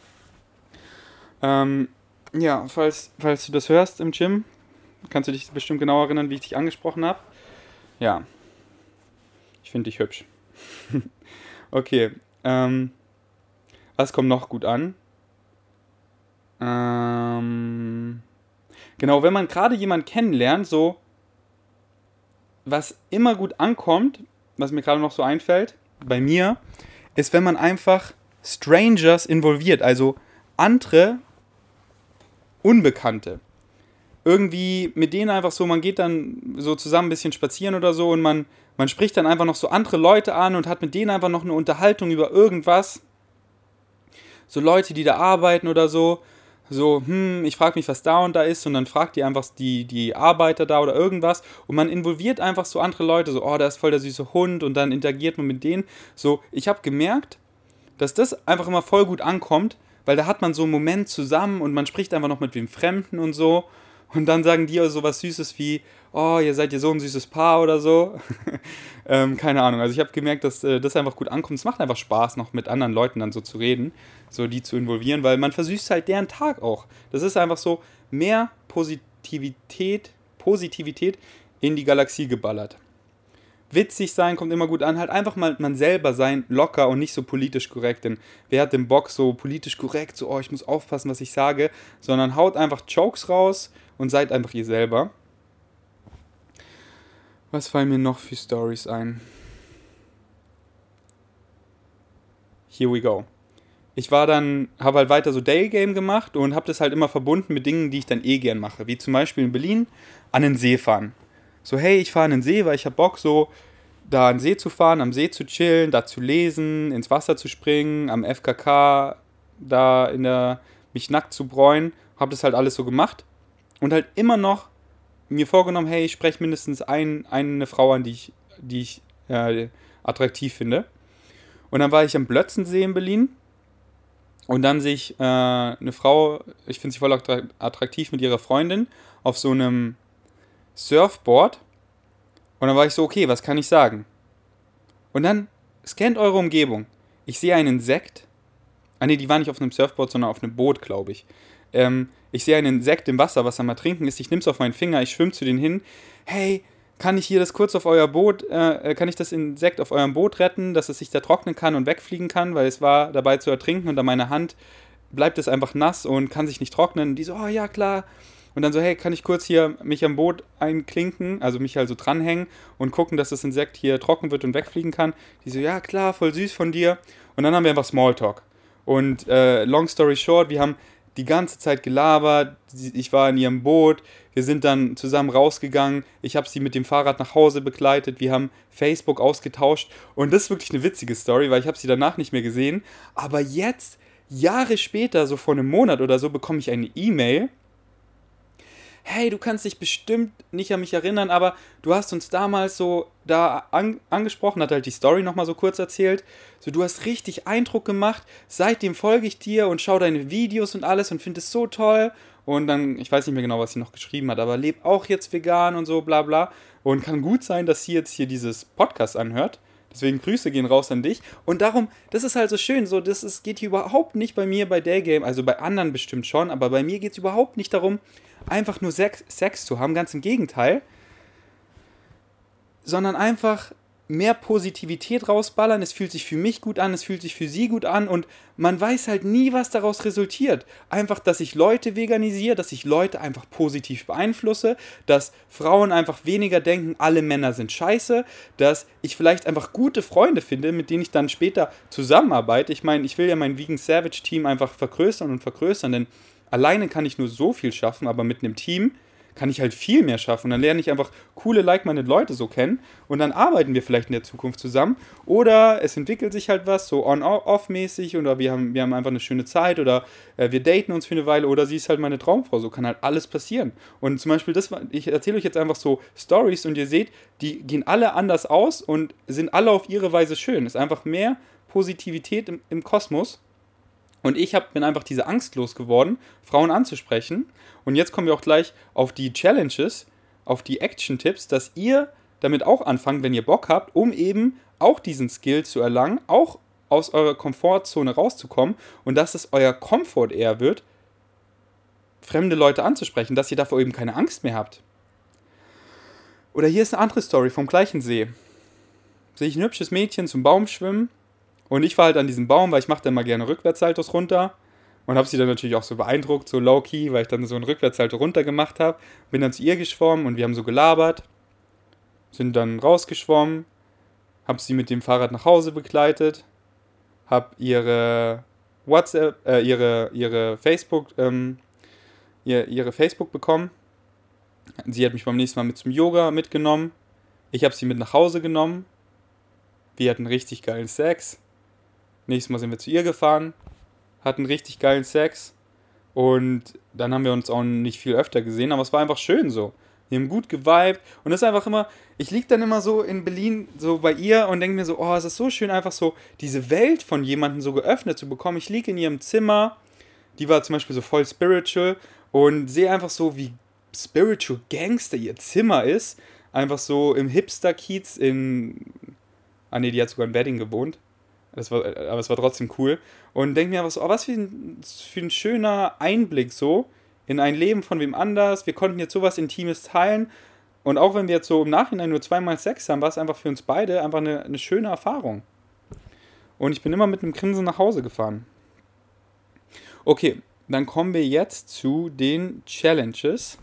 Ja, falls du das hörst im Gym, kannst du dich bestimmt genau erinnern, wie ich dich angesprochen habe. Ja, ich finde dich hübsch. Okay, was kommt noch gut an? Genau, wenn man gerade jemanden kennenlernt, so, was immer gut ankommt, was mir gerade noch so einfällt, bei mir, ist, wenn man einfach Strangers involviert, also andere Unbekannte. Irgendwie mit denen einfach so, man geht dann so zusammen ein bisschen spazieren oder so und man spricht dann einfach noch so andere Leute an und hat mit denen einfach noch eine Unterhaltung über irgendwas. So Leute, die da arbeiten oder so. So, ich frage mich, was da und da ist und dann fragt die einfach die Arbeiter da oder irgendwas und man involviert einfach so andere Leute, so, oh, da ist voll der süße Hund und dann interagiert man mit denen. So, ich habe gemerkt, dass das einfach immer voll gut ankommt, weil da hat man so einen Moment zusammen und man spricht einfach noch mit wem Fremden und so und dann sagen die so was Süßes wie, oh, ihr seid ja so ein süßes Paar oder so. Keine Ahnung, also ich habe gemerkt, dass das einfach gut ankommt. Es macht einfach Spaß, noch mit anderen Leuten dann so zu reden, so die zu involvieren, weil man versüßt halt deren Tag auch. Das ist einfach so mehr Positivität in die Galaxie geballert. Witzig sein kommt immer gut an, halt einfach mal man selber sein, locker und nicht so politisch korrekt, denn wer hat den Bock so politisch korrekt, so, oh, ich muss aufpassen, was ich sage, sondern haut einfach Jokes raus und seid einfach ihr selber. Was fallen mir noch für Stories ein? Here we go. Ich habe halt weiter so Daygame gemacht und habe das halt immer verbunden mit Dingen, die ich dann eh gern mache. Wie zum Beispiel in Berlin an den See fahren. So, hey, ich fahre an den See, weil ich habe Bock, so da an den See zu fahren, am See zu chillen, da zu lesen, ins Wasser zu springen, am FKK mich nackt zu bräunen. Habe das halt alles so gemacht und halt immer noch mir vorgenommen, hey, ich spreche mindestens eine Frau an, die ich attraktiv finde. Und dann war ich am Blötzensee in Berlin und dann sehe ich eine Frau, ich finde sie voll attraktiv mit ihrer Freundin, auf so einem Surfboard. Und dann war ich so, okay, was kann ich sagen? Und dann scannt eure Umgebung. Ich sehe einen Insekt. Ah ne, die war nicht auf einem Surfboard, sondern auf einem Boot, glaube ich. Ich sehe einen Insekt im Wasser, was am Ertrinken ist. Ich nehme es auf meinen Finger, ich schwimme zu denen hin. Hey, kann ich hier das kurz auf euer Boot, kann ich das Insekt auf eurem Boot retten, dass es sich da trocknen kann und wegfliegen kann, weil es war dabei zu ertrinken und da meine Hand bleibt es einfach nass und kann sich nicht trocknen. Und die so, oh ja, klar. Und dann so, hey, kann ich kurz hier mich am Boot einklinken, also mich halt so dranhängen und gucken, dass das Insekt hier trocken wird und wegfliegen kann. Die so, ja, klar, voll süß von dir. Und dann haben wir einfach Smalltalk. Und long story short, wir haben die ganze Zeit gelabert. Ich war in ihrem Boot. Wir sind dann zusammen rausgegangen. Ich habe sie mit dem Fahrrad nach Hause begleitet. Wir haben Facebook ausgetauscht. Und das ist wirklich eine witzige Story, weil ich habe sie danach nicht mehr gesehen. Aber jetzt, Jahre später, so vor einem Monat oder so, bekomme ich eine E-Mail. Hey, du kannst dich bestimmt nicht an mich erinnern, aber du hast uns damals so da angesprochen, hat halt die Story nochmal so kurz erzählt. So, du hast richtig Eindruck gemacht, seitdem folge ich dir und schaue deine Videos und alles und finde es so toll. Und dann, ich weiß nicht mehr genau, was sie noch geschrieben hat, aber leb auch jetzt vegan und so, bla bla. Und kann gut sein, dass sie jetzt hier dieses Podcast anhört. Deswegen Grüße gehen raus an dich. Und darum, das ist halt so schön, so, geht hier überhaupt nicht bei mir bei Daygame, also bei anderen bestimmt schon, aber bei mir geht es überhaupt nicht darum, einfach nur Sex zu haben, ganz im Gegenteil, sondern einfach mehr Positivität rausballern. Es fühlt sich für mich gut an, es fühlt sich für sie gut an und man weiß halt nie, was daraus resultiert. Einfach, dass ich Leute veganisiere, dass ich Leute einfach positiv beeinflusse, dass Frauen einfach weniger denken, alle Männer sind scheiße, dass ich vielleicht einfach gute Freunde finde, mit denen ich dann später zusammenarbeite. Ich meine, ich will ja mein Vegan Savage Team einfach vergrößern, denn alleine kann ich nur so viel schaffen, aber mit einem Team kann ich halt viel mehr schaffen. Und dann lerne ich einfach coole, like-minded Leute so kennen und dann arbeiten wir vielleicht in der Zukunft zusammen. Oder es entwickelt sich halt was, so on-off-mäßig, oder wir haben einfach eine schöne Zeit oder wir daten uns für eine Weile oder sie ist halt meine Traumfrau. So kann halt alles passieren. Und zum Beispiel, ich erzähle euch jetzt einfach so Stories und ihr seht, die gehen alle anders aus und sind alle auf ihre Weise schön. Es ist einfach mehr Positivität im Kosmos. Und ich bin einfach diese Angst losgeworden, Frauen anzusprechen. Und jetzt kommen wir auch gleich auf die Challenges, auf die Action-Tipps, dass ihr damit auch anfangt, wenn ihr Bock habt, um eben auch diesen Skill zu erlangen, auch aus eurer Komfortzone rauszukommen und dass es euer Komfort eher wird, fremde Leute anzusprechen, dass ihr davor eben keine Angst mehr habt. Oder hier ist eine andere Story vom gleichen See. Sehe ich ein hübsches Mädchen zum Baum schwimmen. Und ich war halt an diesem Baum, weil ich mache dann mal gerne Rückwärtssaltos runter. Und habe sie dann natürlich auch so beeindruckt, so low-key, weil ich dann so einen Rückwärtssalto runter gemacht habe. Bin dann zu ihr geschwommen und wir haben so gelabert. Sind dann rausgeschwommen. Habe sie mit dem Fahrrad nach Hause begleitet. Habe ihre WhatsApp, ihre Facebook, ihre Facebook bekommen. Sie hat mich beim nächsten Mal mit zum Yoga mitgenommen. Ich habe sie mit nach Hause genommen. Wir hatten richtig geilen Sex. Nächstes Mal sind wir zu ihr gefahren, hatten richtig geilen Sex und dann haben wir uns auch nicht viel öfter gesehen, aber es war einfach schön so. Wir haben gut geweibt und es ist einfach immer, ich liege dann immer so in Berlin so bei ihr und denke mir so, oh, es ist so schön, einfach so diese Welt von jemandem so geöffnet zu bekommen. Ich liege in ihrem Zimmer, die war zum Beispiel so voll spiritual und sehe einfach so, wie spiritual Gangster ihr Zimmer ist. Einfach so im Hipster-Kiez die hat sogar in Wedding gewohnt. Aber es war trotzdem cool. Und denke mir einfach so, oh, was für ein schöner Einblick so in ein Leben von wem anders. Wir konnten jetzt sowas Intimes teilen. Und auch wenn wir jetzt so im Nachhinein nur 2-mal Sex haben, war es einfach für uns beide einfach eine schöne Erfahrung. Und ich bin immer mit einem Grinsen nach Hause gefahren. Okay, dann kommen wir jetzt zu den Challenges.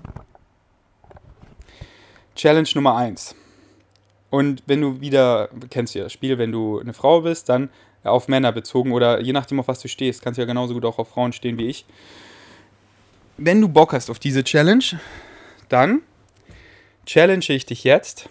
Challenge Nummer 1. Und wenn du kennst du ja das Spiel, wenn du eine Frau bist, dann auf Männer bezogen oder je nachdem, auf was du stehst, kannst du ja genauso gut auch auf Frauen stehen wie ich. Wenn du Bock hast auf diese Challenge, dann challenge ich dich jetzt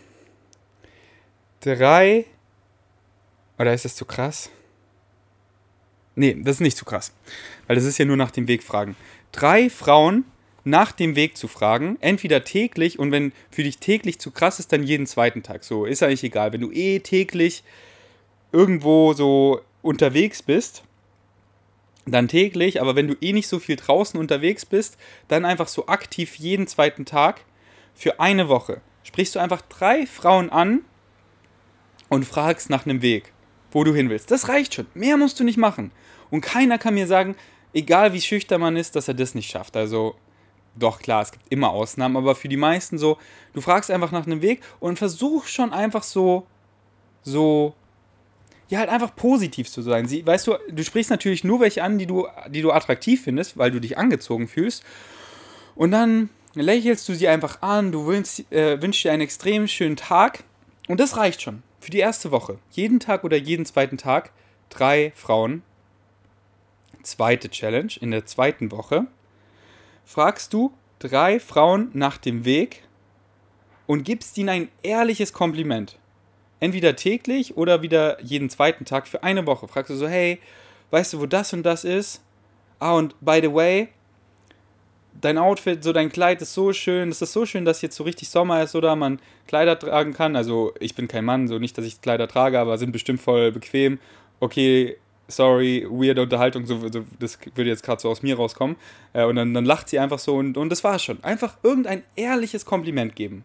3, oder ist das zu krass? Nee, das ist nicht zu krass, weil das ist ja nur nach dem Weg fragen. 3 Frauen nach dem Weg zu fragen, entweder täglich und wenn für dich täglich zu krass ist, dann jeden zweiten Tag. So, ist eigentlich egal. Wenn du täglich irgendwo so unterwegs bist, dann täglich, aber wenn du nicht so viel draußen unterwegs bist, dann einfach so aktiv jeden zweiten Tag für eine Woche. Sprichst du einfach 3 Frauen an und fragst nach einem Weg, wo du hin willst. Das reicht schon. Mehr musst du nicht machen. Und keiner kann mir sagen, egal wie schüchtern man ist, dass er das nicht schafft. Also doch, klar, es gibt immer Ausnahmen, aber für die meisten so, du fragst einfach nach einem Weg und versuch schon einfach so, ja, halt einfach positiv zu sein. Weißt du, du sprichst natürlich nur welche an, die du attraktiv findest, weil du dich angezogen fühlst. Und dann lächelst du sie einfach an, du wünschst dir einen extrem schönen Tag. Und das reicht schon für die erste Woche. Jeden Tag oder jeden zweiten Tag 3 Frauen. Zweite Challenge, in der zweiten Woche fragst du 3 Frauen nach dem Weg und gibst ihnen ein ehrliches Kompliment. Entweder täglich oder wieder jeden zweiten Tag für eine Woche. Fragst du so, hey, weißt du, wo das und das ist? Ah, und by the way, dein Outfit, so dein Kleid ist so schön. Es ist so schön, dass jetzt so richtig Sommer ist oder man Kleider tragen kann. Also ich bin kein Mann, so nicht, dass ich Kleider trage, aber sind bestimmt voll bequem. Okay, sorry, weirde Unterhaltung, so, das würde jetzt gerade so aus mir rauskommen. Und dann lacht sie einfach so und das war's schon. Einfach irgendein ehrliches Kompliment geben.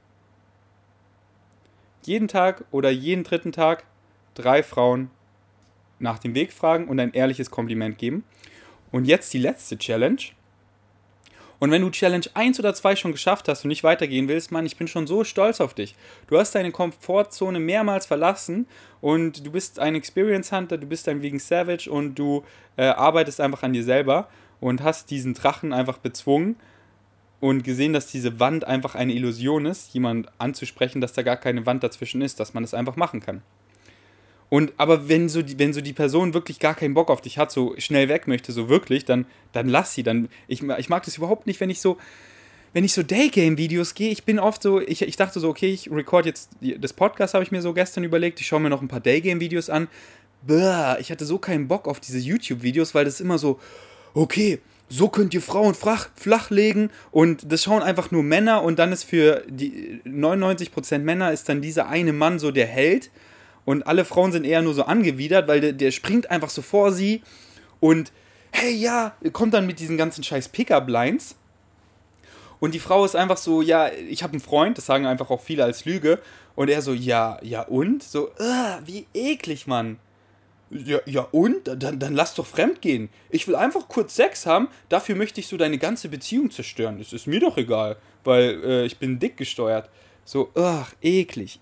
Jeden Tag oder jeden dritten Tag 3 Frauen nach dem Weg fragen und ein ehrliches Kompliment geben. Und jetzt die letzte Challenge. Und wenn du Challenge 1 oder 2 schon geschafft hast und nicht weitergehen willst, Mann, ich bin schon so stolz auf dich. Du hast deine Komfortzone mehrmals verlassen und du bist ein Experience Hunter, du bist ein Vegan Savage und du arbeitest einfach an dir selber und hast diesen Drachen einfach bezwungen und gesehen, dass diese Wand einfach eine Illusion ist, jemand anzusprechen, dass da gar keine Wand dazwischen ist, dass man es einfach machen kann. Aber wenn die Person wirklich gar keinen Bock auf dich hat, so schnell weg möchte, so wirklich, dann lass sie. Ich mag das überhaupt nicht, wenn ich so Daygame-Videos gehe. Ich bin oft so, ich dachte so, okay, ich record jetzt das Podcast, habe ich mir so gestern überlegt. Ich schaue mir noch ein paar Daygame-Videos an. Ich hatte so keinen Bock auf diese YouTube-Videos, weil das immer so, okay, so könnt ihr Frauen flachlegen und das schauen einfach nur Männer und dann ist für die 99% Männer ist dann dieser eine Mann so der Held. Und alle Frauen sind eher nur so angewidert, weil der springt einfach so vor sie und hey, ja, kommt dann mit diesen ganzen scheiß Pickup-Lines. Und die Frau ist einfach so, ja, ich habe einen Freund, das sagen einfach auch viele als Lüge. Und er so, ja und? So, wie eklig, Mann. Ja und? Dann lass doch fremd gehen. Ich will einfach kurz Sex haben, dafür möchte ich so deine ganze Beziehung zerstören. Das ist mir doch egal, weil ich bin dick gesteuert. So, eklig.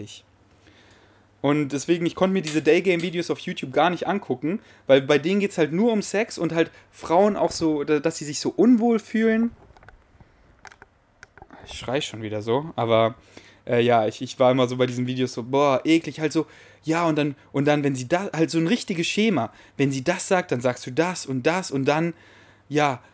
Und deswegen, ich konnte mir diese Daygame-Videos auf YouTube gar nicht angucken, weil bei denen geht es halt nur um Sex und halt Frauen auch so, dass sie sich so unwohl fühlen. Ich schrei schon wieder so, aber ich war immer so bei diesen Videos so, eklig, halt so, ja, und dann, wenn sie da, halt so ein richtiges Schema, wenn sie das sagt, dann sagst du das und dann, ja,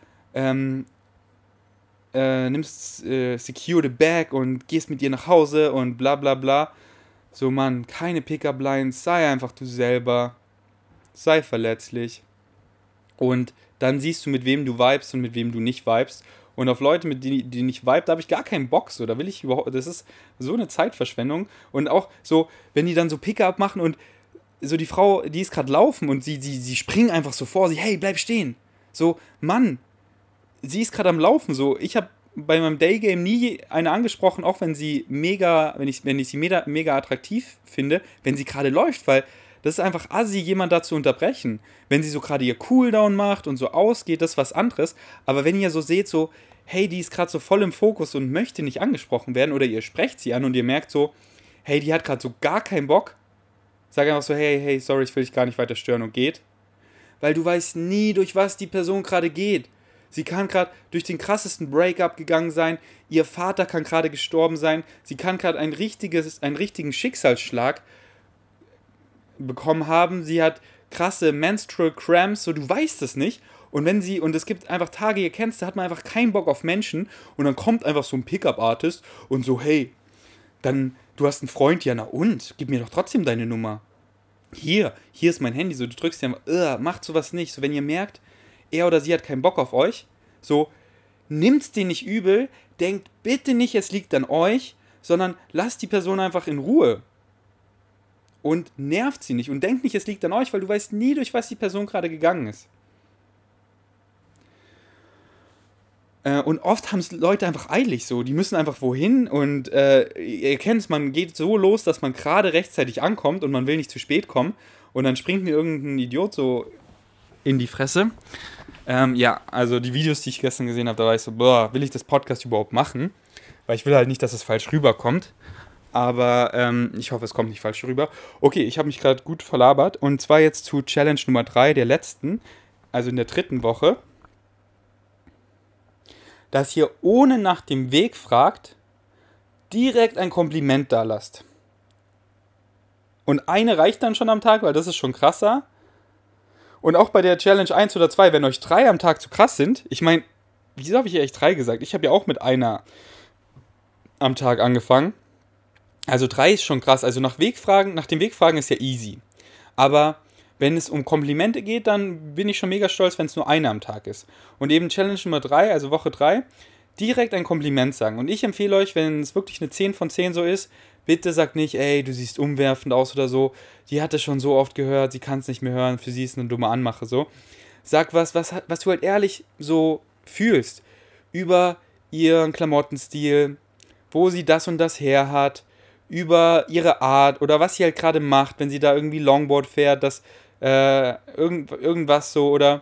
nimmst secure the bag und gehst mit ihr nach Hause und bla bla bla. So, Mann, keine Pickup-Lines, sei einfach du selber, sei verletzlich. Und dann siehst du, mit wem du vibest und mit wem du nicht vibest. Und auf Leute, mit denen die nicht vibe, da habe ich gar keinen Bock. So, da will ich überhaupt, das ist so eine Zeitverschwendung. Und auch so, wenn die dann so Pickup machen und so die Frau, die ist gerade laufen und sie springen einfach so vor, hey, bleib stehen. So, Mann, sie ist gerade am Laufen. So, ich habe bei meinem Daygame nie eine angesprochen, auch wenn sie wenn ich sie mega attraktiv finde, wenn sie gerade läuft, weil das ist einfach assi, jemand da zu unterbrechen. Wenn sie so gerade ihr Cooldown macht und so ausgeht, das ist was anderes. Aber wenn ihr so seht, so, hey, die ist gerade so voll im Fokus und möchte nicht angesprochen werden oder ihr sprecht sie an und ihr merkt so, hey, die hat gerade so gar keinen Bock, sag einfach so, hey, sorry, ich will dich gar nicht weiter stören und geht. Weil du weißt nie, durch was die Person gerade geht. Sie kann gerade durch den krassesten Breakup gegangen sein, ihr Vater kann gerade gestorben sein, sie kann gerade einen richtigen Schicksalsschlag bekommen haben, sie hat krasse Menstrual Cramps, so, du weißt es nicht. Und es gibt einfach Tage, ihr kennst, da hat man einfach keinen Bock auf Menschen und dann kommt einfach so ein Pickup-Artist und so, hey, dann, du hast einen Freund, ja, na und? Gib mir doch trotzdem deine Nummer. Hier ist mein Handy, so, du drückst dir einfach, macht sowas nicht. So, wenn ihr merkt, er oder sie hat keinen Bock auf euch, so, nimmt's den nicht übel, denkt bitte nicht, es liegt an euch, sondern lasst die Person einfach in Ruhe. Und nervt sie nicht und denkt nicht, es liegt an euch, weil du weißt nie, durch was die Person gerade gegangen ist. Und oft haben es Leute einfach eilig so, die müssen einfach wohin und ihr kennt es, man geht so los, dass man gerade rechtzeitig ankommt und man will nicht zu spät kommen und dann springt mir irgendein Idiot so in die Fresse. Also die Videos, die ich gestern gesehen habe, da war ich so, will ich das Podcast überhaupt machen? Weil ich will halt nicht, dass es falsch rüberkommt. Aber ich hoffe, es kommt nicht falsch rüber. Okay, ich habe mich gerade gut verlabert. Und zwar jetzt zu Challenge Nummer 3 der letzten, also in der 3. Woche. Dass ihr ohne nach dem Weg fragt, direkt ein Kompliment da lasst. Und eine reicht dann schon am Tag, weil das ist schon krasser. Und auch bei der Challenge 1 oder 2, wenn euch 3 am Tag zu krass sind, ich meine, wieso habe ich hier echt 3 gesagt? Ich habe ja auch mit einer am Tag angefangen. Also 3 ist schon krass. Also nach dem Wegfragen ist ja easy. Aber wenn es um Komplimente geht, dann bin ich schon mega stolz, wenn es nur eine am Tag ist. Und eben Challenge Nummer 3, also Woche 3, direkt ein Kompliment sagen. Und ich empfehle euch, wenn es wirklich eine 10 von 10 so ist, bitte sagt nicht, ey, du siehst umwerfend aus oder so. Die hat es schon so oft gehört, sie kann es nicht mehr hören, für sie ist eine dumme Anmache so. Sag was du halt ehrlich so fühlst. Über ihren Klamottenstil, wo sie das und das her hat, über ihre Art oder was sie halt gerade macht, wenn sie da irgendwie Longboard fährt, irgendwas so, oder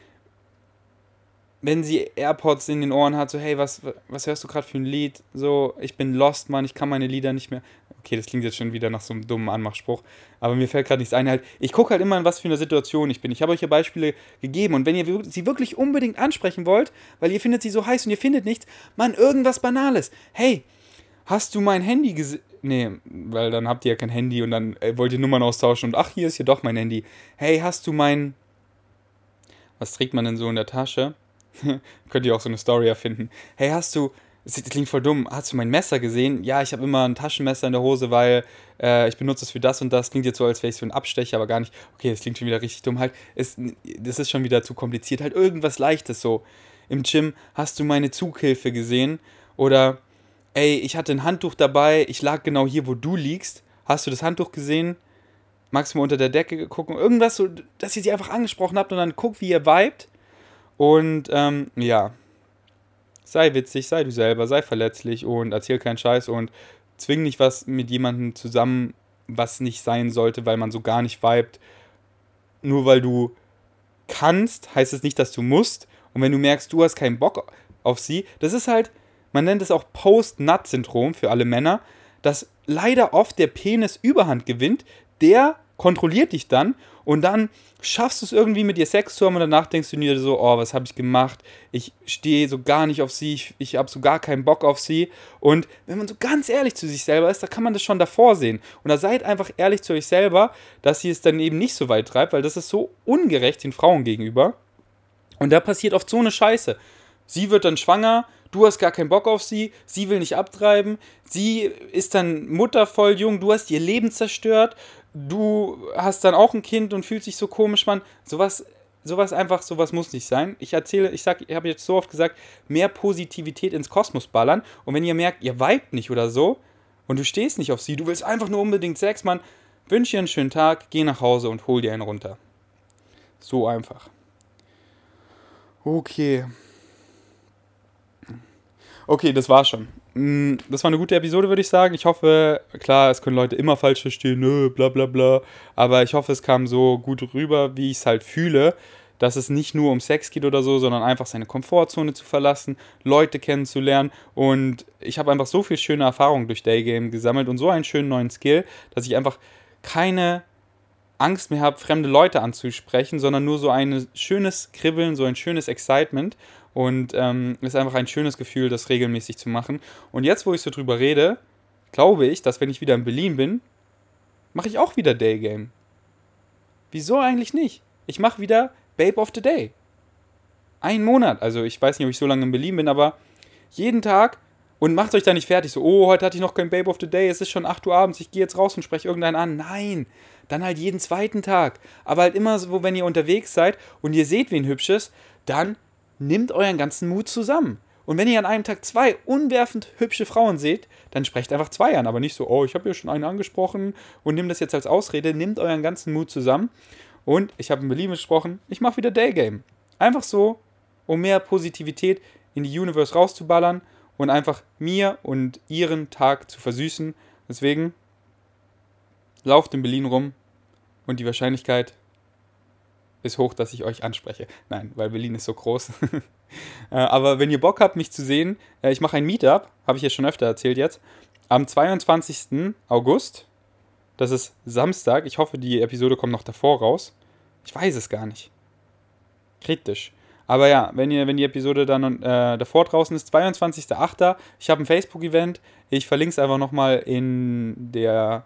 wenn sie AirPods in den Ohren hat, so, hey, was hörst du gerade für ein Lied? So, ich bin lost, Mann, ich kann meine Lieder nicht mehr. Okay, das klingt jetzt schon wieder nach so einem dummen Anmachspruch, aber mir fällt gerade nichts ein. Halt, ich gucke halt immer, in was für einer Situation ich bin. Ich habe euch ja Beispiele gegeben und wenn ihr sie wirklich unbedingt ansprechen wollt, weil ihr findet sie so heiß und ihr findet nichts, Mann, irgendwas Banales. Hey, hast du mein Handy gesehen? Nee, weil dann habt ihr ja kein Handy und dann wollt ihr Nummern austauschen und ach, hier ist ja doch mein Handy. Hey, hast du mein... Was trägt man denn so in der Tasche? Könnt ihr auch so eine Story erfinden. Hey, das klingt voll dumm, hast du mein Messer gesehen? Ja, ich habe immer ein Taschenmesser in der Hose, weil ich benutze es für das und das. Klingt jetzt so, als wäre ich so ein Abstecher, aber gar nicht. Okay, das klingt schon wieder richtig dumm. Halt, das ist schon wieder zu kompliziert. Halt irgendwas Leichtes so. Im Gym, hast du meine Zughilfe gesehen? Oder, ey, ich hatte ein Handtuch dabei, ich lag genau hier, wo du liegst. Hast du das Handtuch gesehen? Magst du mal unter der Decke gucken? Irgendwas so, dass ihr sie einfach angesprochen habt und dann guckt, wie ihr vibet. Und ja, sei witzig, sei du selber, sei verletzlich und erzähl keinen Scheiß und zwing nicht was mit jemandem zusammen, was nicht sein sollte, weil man so gar nicht vibet. Nur weil du kannst, heißt es nicht, dass du musst. Und wenn du merkst, du hast keinen Bock auf sie, das ist halt, man nennt es auch Post-Nut-Syndrom für alle Männer, dass leider oft der Penis Überhand gewinnt, der kontrolliert dich dann und dann schaffst du es irgendwie mit ihr Sex zu haben und danach denkst du dir so, oh, was habe ich gemacht? Ich stehe so gar nicht auf sie, ich habe so gar keinen Bock auf sie. Und wenn man so ganz ehrlich zu sich selber ist, da kann man das schon davor sehen. Und da seid einfach ehrlich zu euch selber, dass sie es dann eben nicht so weit treibt, weil das ist so ungerecht den Frauen gegenüber. Und da passiert oft so eine Scheiße. Sie wird dann schwanger, du hast gar keinen Bock auf sie, sie will nicht abtreiben, sie ist dann muttervoll jung, du hast ihr Leben zerstört, du hast dann auch ein Kind und fühlst dich so komisch, Mann. Sowas muss nicht sein. Ich habe jetzt so oft gesagt, mehr Positivität ins Kosmos ballern. Und wenn ihr merkt, ihr vibet nicht oder so und du stehst nicht auf sie, du willst einfach nur unbedingt Sex, Mann, wünsch ihr einen schönen Tag, geh nach Hause und hol dir einen runter. So einfach. Okay. Okay, das war's schon. Das war eine gute Episode, würde ich sagen. Ich hoffe, klar, es können Leute immer falsch verstehen, nö, bla bla bla. Aber ich hoffe, es kam so gut rüber, wie ich es halt fühle, dass es nicht nur um Sex geht oder so, sondern einfach seine Komfortzone zu verlassen, Leute kennenzulernen. Und ich habe einfach so viel schöne Erfahrungen durch Daygame gesammelt und so einen schönen neuen Skill, dass ich einfach keine Angst mehr habe, fremde Leute anzusprechen, sondern nur so ein schönes Kribbeln, so ein schönes Excitement. Und ist einfach ein schönes Gefühl, das regelmäßig zu machen. Und jetzt, wo ich so drüber rede, glaube ich, dass wenn ich wieder in Berlin bin, mache ich auch wieder Daygame. Wieso eigentlich nicht? Ich mache wieder Babe of the Day. Einen Monat. Also ich weiß nicht, ob ich so lange in Berlin bin, aber jeden Tag. Und macht euch da nicht fertig. So, oh, heute hatte ich noch kein Babe of the Day, es ist schon 8 Uhr abends, ich gehe jetzt raus und spreche irgendeinen an. Nein, dann halt jeden zweiten Tag. Aber halt immer so, wenn ihr unterwegs seid und ihr seht, wen Hübsches, dann nehmt euren ganzen Mut zusammen. Und wenn ihr an einem Tag 2 unwerfend hübsche Frauen seht, dann sprecht einfach 2 an. Aber nicht so, oh, ich habe ja schon eine angesprochen und nehmt das jetzt als Ausrede. Nehmt euren ganzen Mut zusammen. Und ich habe in Berlin gesprochen, ich mache wieder Daygame. Einfach so, um mehr Positivität in die Universe rauszuballern und einfach mir und ihren Tag zu versüßen. Deswegen lauft in Berlin rum und die Wahrscheinlichkeit ist hoch, dass ich euch anspreche. Nein, weil Berlin ist so groß. Aber wenn ihr Bock habt, mich zu sehen, ich mache ein Meetup, habe ich ja schon öfter erzählt jetzt. am 22. August, das ist Samstag, ich hoffe, die Episode kommt noch davor raus. Ich weiß es gar nicht. Kritisch. Aber ja, wenn die Episode dann davor draußen ist, 22.08. Ich habe ein Facebook-Event. Ich verlinke es einfach nochmal hier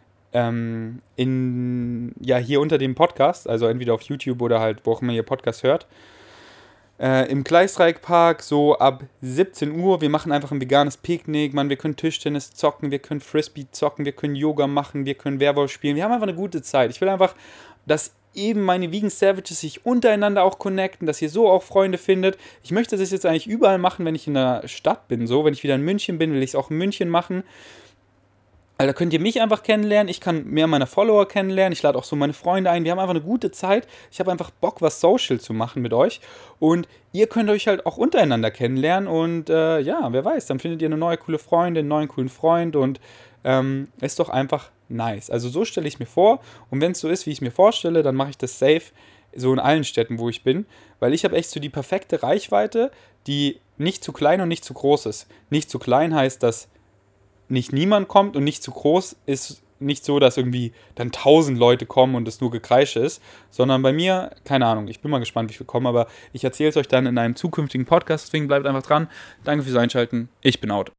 unter dem Podcast, also entweder auf YouTube oder halt, wo auch immer ihr Podcast hört. Im Gleisdreieckpark, so ab 17 Uhr. Wir machen einfach ein veganes Picknick. Man, wir können Tischtennis zocken, wir können Frisbee zocken, wir können Yoga machen, wir können Werwolf spielen. Wir haben einfach eine gute Zeit. Ich will einfach, dass eben meine Vegan Savages sich untereinander auch connecten, dass ihr so auch Freunde findet. Ich möchte das jetzt eigentlich überall machen, wenn ich in der Stadt bin. So, wenn ich wieder in München bin, will ich es auch in München machen. Also da könnt ihr mich einfach kennenlernen, ich kann mehr meiner Follower kennenlernen, ich lade auch so meine Freunde ein, wir haben einfach eine gute Zeit, ich habe einfach Bock, was Social zu machen mit euch und ihr könnt euch halt auch untereinander kennenlernen und ja, wer weiß, dann findet ihr eine neue coole Freundin, einen neuen coolen Freund und ist doch einfach nice. Also so stelle ich es mir vor und wenn es so ist, wie ich es mir vorstelle, dann mache ich das safe so in allen Städten, wo ich bin, weil ich habe echt so die perfekte Reichweite, die nicht zu klein und nicht zu groß ist. Nicht zu klein heißt, dass nicht niemand kommt und nicht zu groß ist nicht so, dass irgendwie dann 1000 Leute kommen und es nur Gekreische ist, sondern bei mir, keine Ahnung, ich bin mal gespannt, wie viele kommen, aber ich erzähle es euch dann in einem zukünftigen Podcast, deswegen bleibt einfach dran. Danke fürs Einschalten, ich bin out.